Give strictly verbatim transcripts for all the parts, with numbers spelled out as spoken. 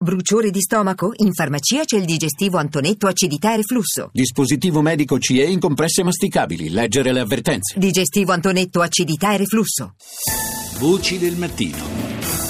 Bruciore di stomaco? In farmacia c'è il digestivo Antonetto acidità e reflusso. Dispositivo medico C E in compresse masticabili. Leggere le avvertenze. Digestivo Antonetto acidità e reflusso. Voci del mattino.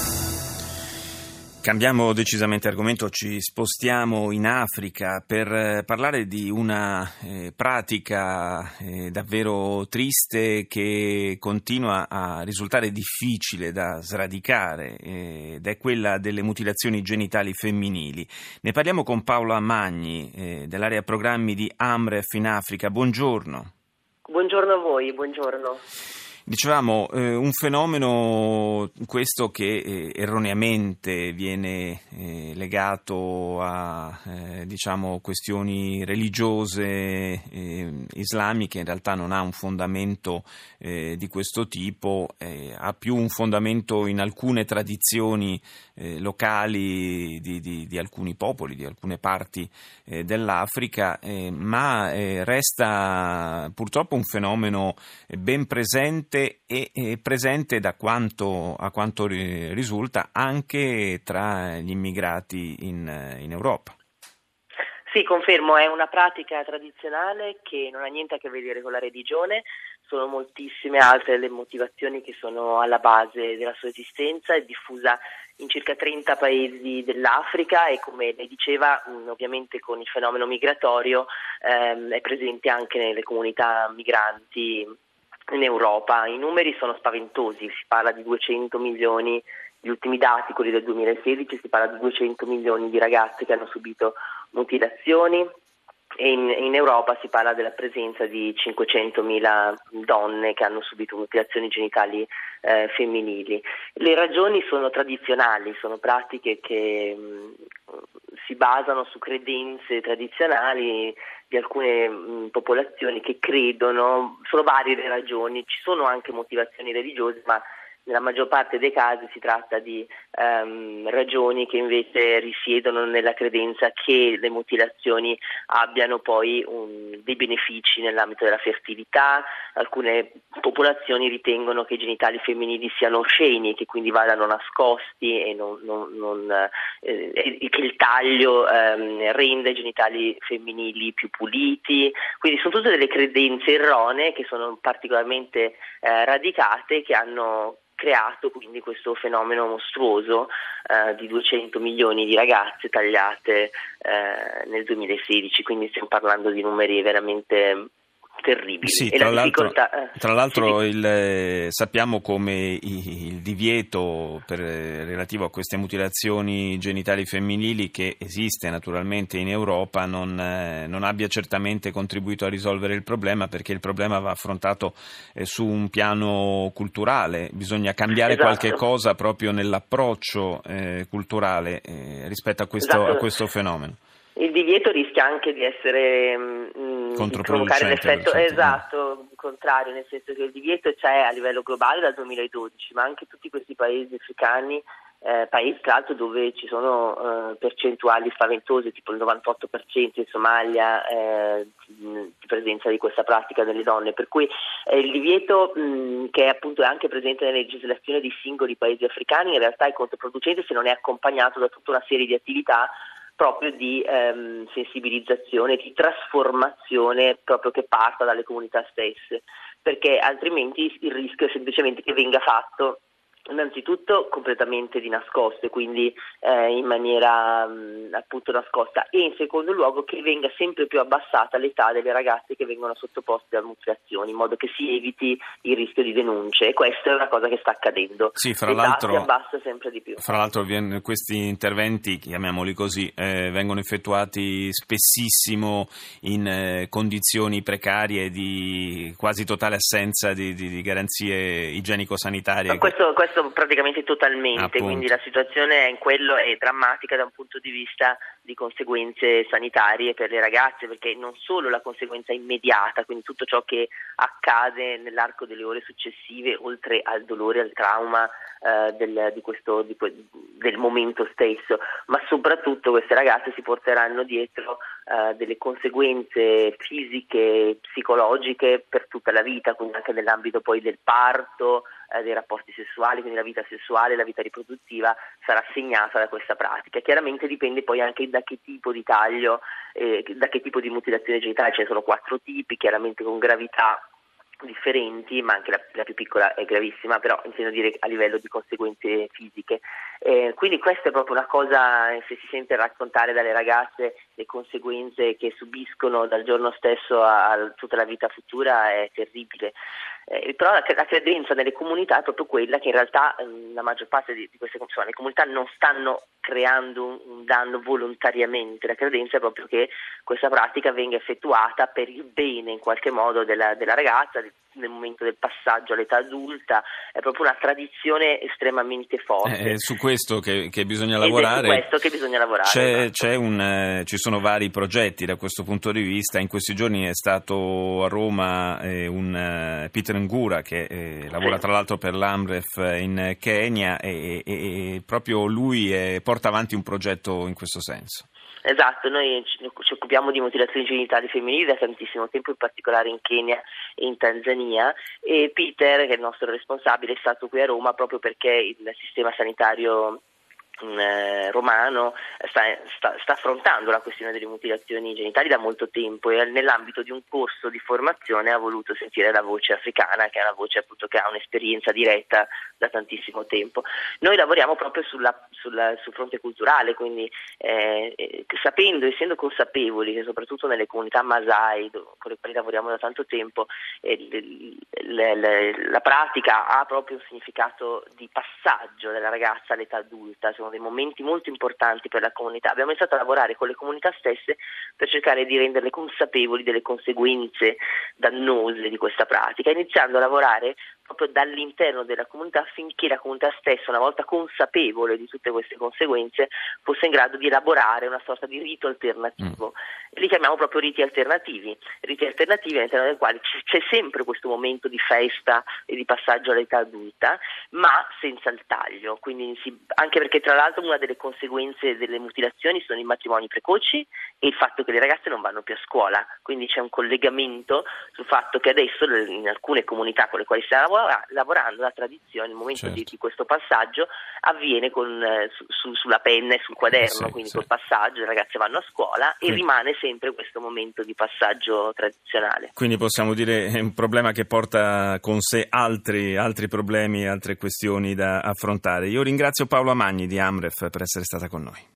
Cambiamo decisamente argomento, ci spostiamo in Africa per parlare di una eh, pratica eh, davvero triste che continua a risultare difficile da sradicare eh, ed è quella delle mutilazioni genitali femminili. Ne parliamo con Paola Magni eh, dell'area programmi di Amref in Africa. Buongiorno. Buongiorno a voi, buongiorno. Dicevamo, eh, un fenomeno questo che eh, erroneamente viene eh, legato a eh, diciamo questioni religiose eh, islamiche, in realtà non ha un fondamento eh, di questo tipo, eh, ha più un fondamento in alcune tradizioni eh, locali di, di, di alcuni popoli, di alcune parti eh, dell'Africa, eh, ma eh, resta purtroppo un fenomeno ben presente e presente da quanto a quanto risulta anche tra gli immigrati in, in Europa. Sì, confermo, è una pratica tradizionale che non ha niente a che vedere con la religione, sono moltissime altre le motivazioni che sono alla base della sua esistenza, è diffusa in circa trenta paesi dell'Africa e, come lei diceva, ovviamente con il fenomeno migratorio ehm, è presente anche nelle comunità migranti in Europa. I numeri sono spaventosi, si parla di duecento milioni, gli ultimi dati, quelli del duemilasedici, si parla di duecento milioni di ragazze che hanno subito mutilazioni e in, in Europa si parla della presenza di cinquecentomila donne che hanno subito mutilazioni genitali eh, femminili. Le ragioni sono tradizionali, sono pratiche che mh, si basano su credenze tradizionali di alcune mh, popolazioni che credono, sono varie le ragioni, ci sono anche motivazioni religiose, ma nella maggior parte dei casi si tratta di um, ragioni che invece risiedono nella credenza che le mutilazioni abbiano poi un, dei benefici nell'ambito della fertilità. Alcune popolazioni ritengono che i genitali femminili siano osceni e che quindi vadano nascosti e non, non, non, eh, e che il taglio ehm, renda i genitali femminili più puliti. Quindi sono tutte delle credenze erronee che sono particolarmente eh, radicate, che hanno creato quindi questo fenomeno mostruoso eh, di duecento milioni di ragazze tagliate eh, nel duemilasedici, quindi stiamo parlando di numeri veramente terribili. Sì, e tra, la l'altro, difficoltà, eh, tra l'altro sì, il, eh, sappiamo come il, il divieto per, relativo a queste mutilazioni genitali femminili, che esiste naturalmente in Europa, non, eh, non abbia certamente contribuito a risolvere il problema, perché il problema va affrontato eh, su un piano culturale. Bisogna cambiare esatto. qualche cosa proprio nell'approccio eh, culturale eh, rispetto a questo, esatto. a questo fenomeno. Il divieto rischia anche di essere mh, di provocare l'effetto esatto contrario, nel senso che il divieto c'è a livello globale dal duemiladodici, ma anche tutti questi paesi africani, eh, paesi tra l'altro dove ci sono eh, percentuali spaventose, tipo il novantotto per cento in Somalia eh, di presenza di questa pratica delle donne, per cui eh, il divieto mh, che appunto è anche presente nelle legislazioni di singoli paesi africani in realtà è controproducente se non è accompagnato da tutta una serie di attività proprio di ehm, sensibilizzazione, di trasformazione proprio che parta dalle comunità stesse, perché altrimenti il rischio è semplicemente che venga fatto innanzitutto completamente di nascosto, quindi eh, in maniera mh, appunto nascosta, e in secondo luogo che venga sempre più abbassata l'età delle ragazze che vengono sottoposte a mutilazioni, in modo che si eviti il rischio di denunce, e questa è una cosa che sta accadendo. Sì, fra l'età l'altro, si abbassa sempre di più. Fra l'altro questi interventi, chiamiamoli così, eh, vengono effettuati spessissimo in eh, condizioni precarie di quasi totale assenza di, di, di garanzie igienico-sanitarie. Questo, questo praticamente totalmente, Appunto. Quindi la situazione in quello è drammatica da un punto di vista di conseguenze sanitarie per le ragazze, perché non solo la conseguenza immediata, quindi tutto ciò che accade nell'arco delle ore successive, oltre al dolore, al trauma eh, del, di questo, di, del momento stesso, ma soprattutto queste ragazze si porteranno dietro eh, delle conseguenze fisiche, psicologiche per tutta la vita, quindi anche nell'ambito poi del parto, eh, dei rapporti sessuali, quindi la vita sessuale, la vita riproduttiva sarà segnata da questa pratica. Chiaramente dipende poi anche da che tipo di taglio, eh, da che tipo di mutilazione genitale, ce ne sono quattro tipi, chiaramente con gravità differenti, ma anche la, la più piccola è gravissima, però intendo dire a livello di conseguenze fisiche. Eh, quindi questa è proprio una cosa, se si sente raccontare dalle ragazze le conseguenze che subiscono dal giorno stesso a, a tutta la vita futura, è terribile. Eh, però la, la credenza nelle comunità è proprio quella che in realtà eh, la maggior parte di, di queste insomma, le comunità non stanno creando un, un danno volontariamente, la credenza è proprio che questa pratica venga effettuata per il bene in qualche modo della, della ragazza nel momento del passaggio all'età adulta, è proprio una tradizione estremamente forte. È su questo che, che bisogna Ed lavorare. È su questo che bisogna lavorare. C'è, esatto. c'è un, eh, ci sono vari progetti da questo punto di vista. In questi giorni è stato a Roma eh, un eh, Peter Ngura che eh, lavora sì. tra l'altro per l'Amref in Kenya e, e, e proprio lui eh, porta avanti un progetto in questo senso. Esatto, noi ci, ci occupiamo di mutilazioni genitali femminili da tantissimo tempo, in particolare in Kenya e in Tanzania, e Peter, che è il nostro responsabile, è stato qui a Roma proprio perché il sistema sanitario Eh, romano sta, sta, sta affrontando la questione delle mutilazioni genitali da molto tempo, e nell'ambito di un corso di formazione ha voluto sentire la voce africana, che è una voce appunto che ha un'esperienza diretta da tantissimo tempo. Noi lavoriamo proprio sulla, sulla, sul fronte culturale, quindi eh, eh, sapendo, essendo consapevoli che soprattutto nelle comunità Masai con le quali lavoriamo da tanto tempo eh, le, le, la pratica ha proprio un significato di passaggio della ragazza all'età adulta, sono dei momenti molto importanti per la comunità. Abbiamo iniziato a lavorare con le comunità stesse per cercare di renderle consapevoli delle conseguenze dannose di questa pratica, iniziando a lavorare proprio dall'interno della comunità affinché la comunità stessa, una volta consapevole di tutte queste conseguenze, fosse in grado di elaborare una sorta di rito alternativo. Mm. Li chiamiamo proprio riti alternativi, riti alternativi all'interno dei quali c'è sempre questo momento di festa e di passaggio all'età adulta, ma senza il taglio, quindi si, anche perché tra l'altro una delle conseguenze delle mutilazioni sono i matrimoni precoci e il fatto che le ragazze non vanno più a scuola, quindi c'è un collegamento sul fatto che adesso in alcune comunità con le quali stiamo lavorando la tradizione, il momento certo. di, di questo passaggio avviene con, eh, su, su, sulla penna e sul quaderno, sì, quindi sì. col passaggio le ragazze vanno a scuola sì. e rimane sempre questo momento di passaggio tradizionale. Quindi possiamo dire è un problema che porta con sé altri, altri problemi, altre questioni da affrontare. Io ringrazio Paola Magni di Amref per essere stata con noi.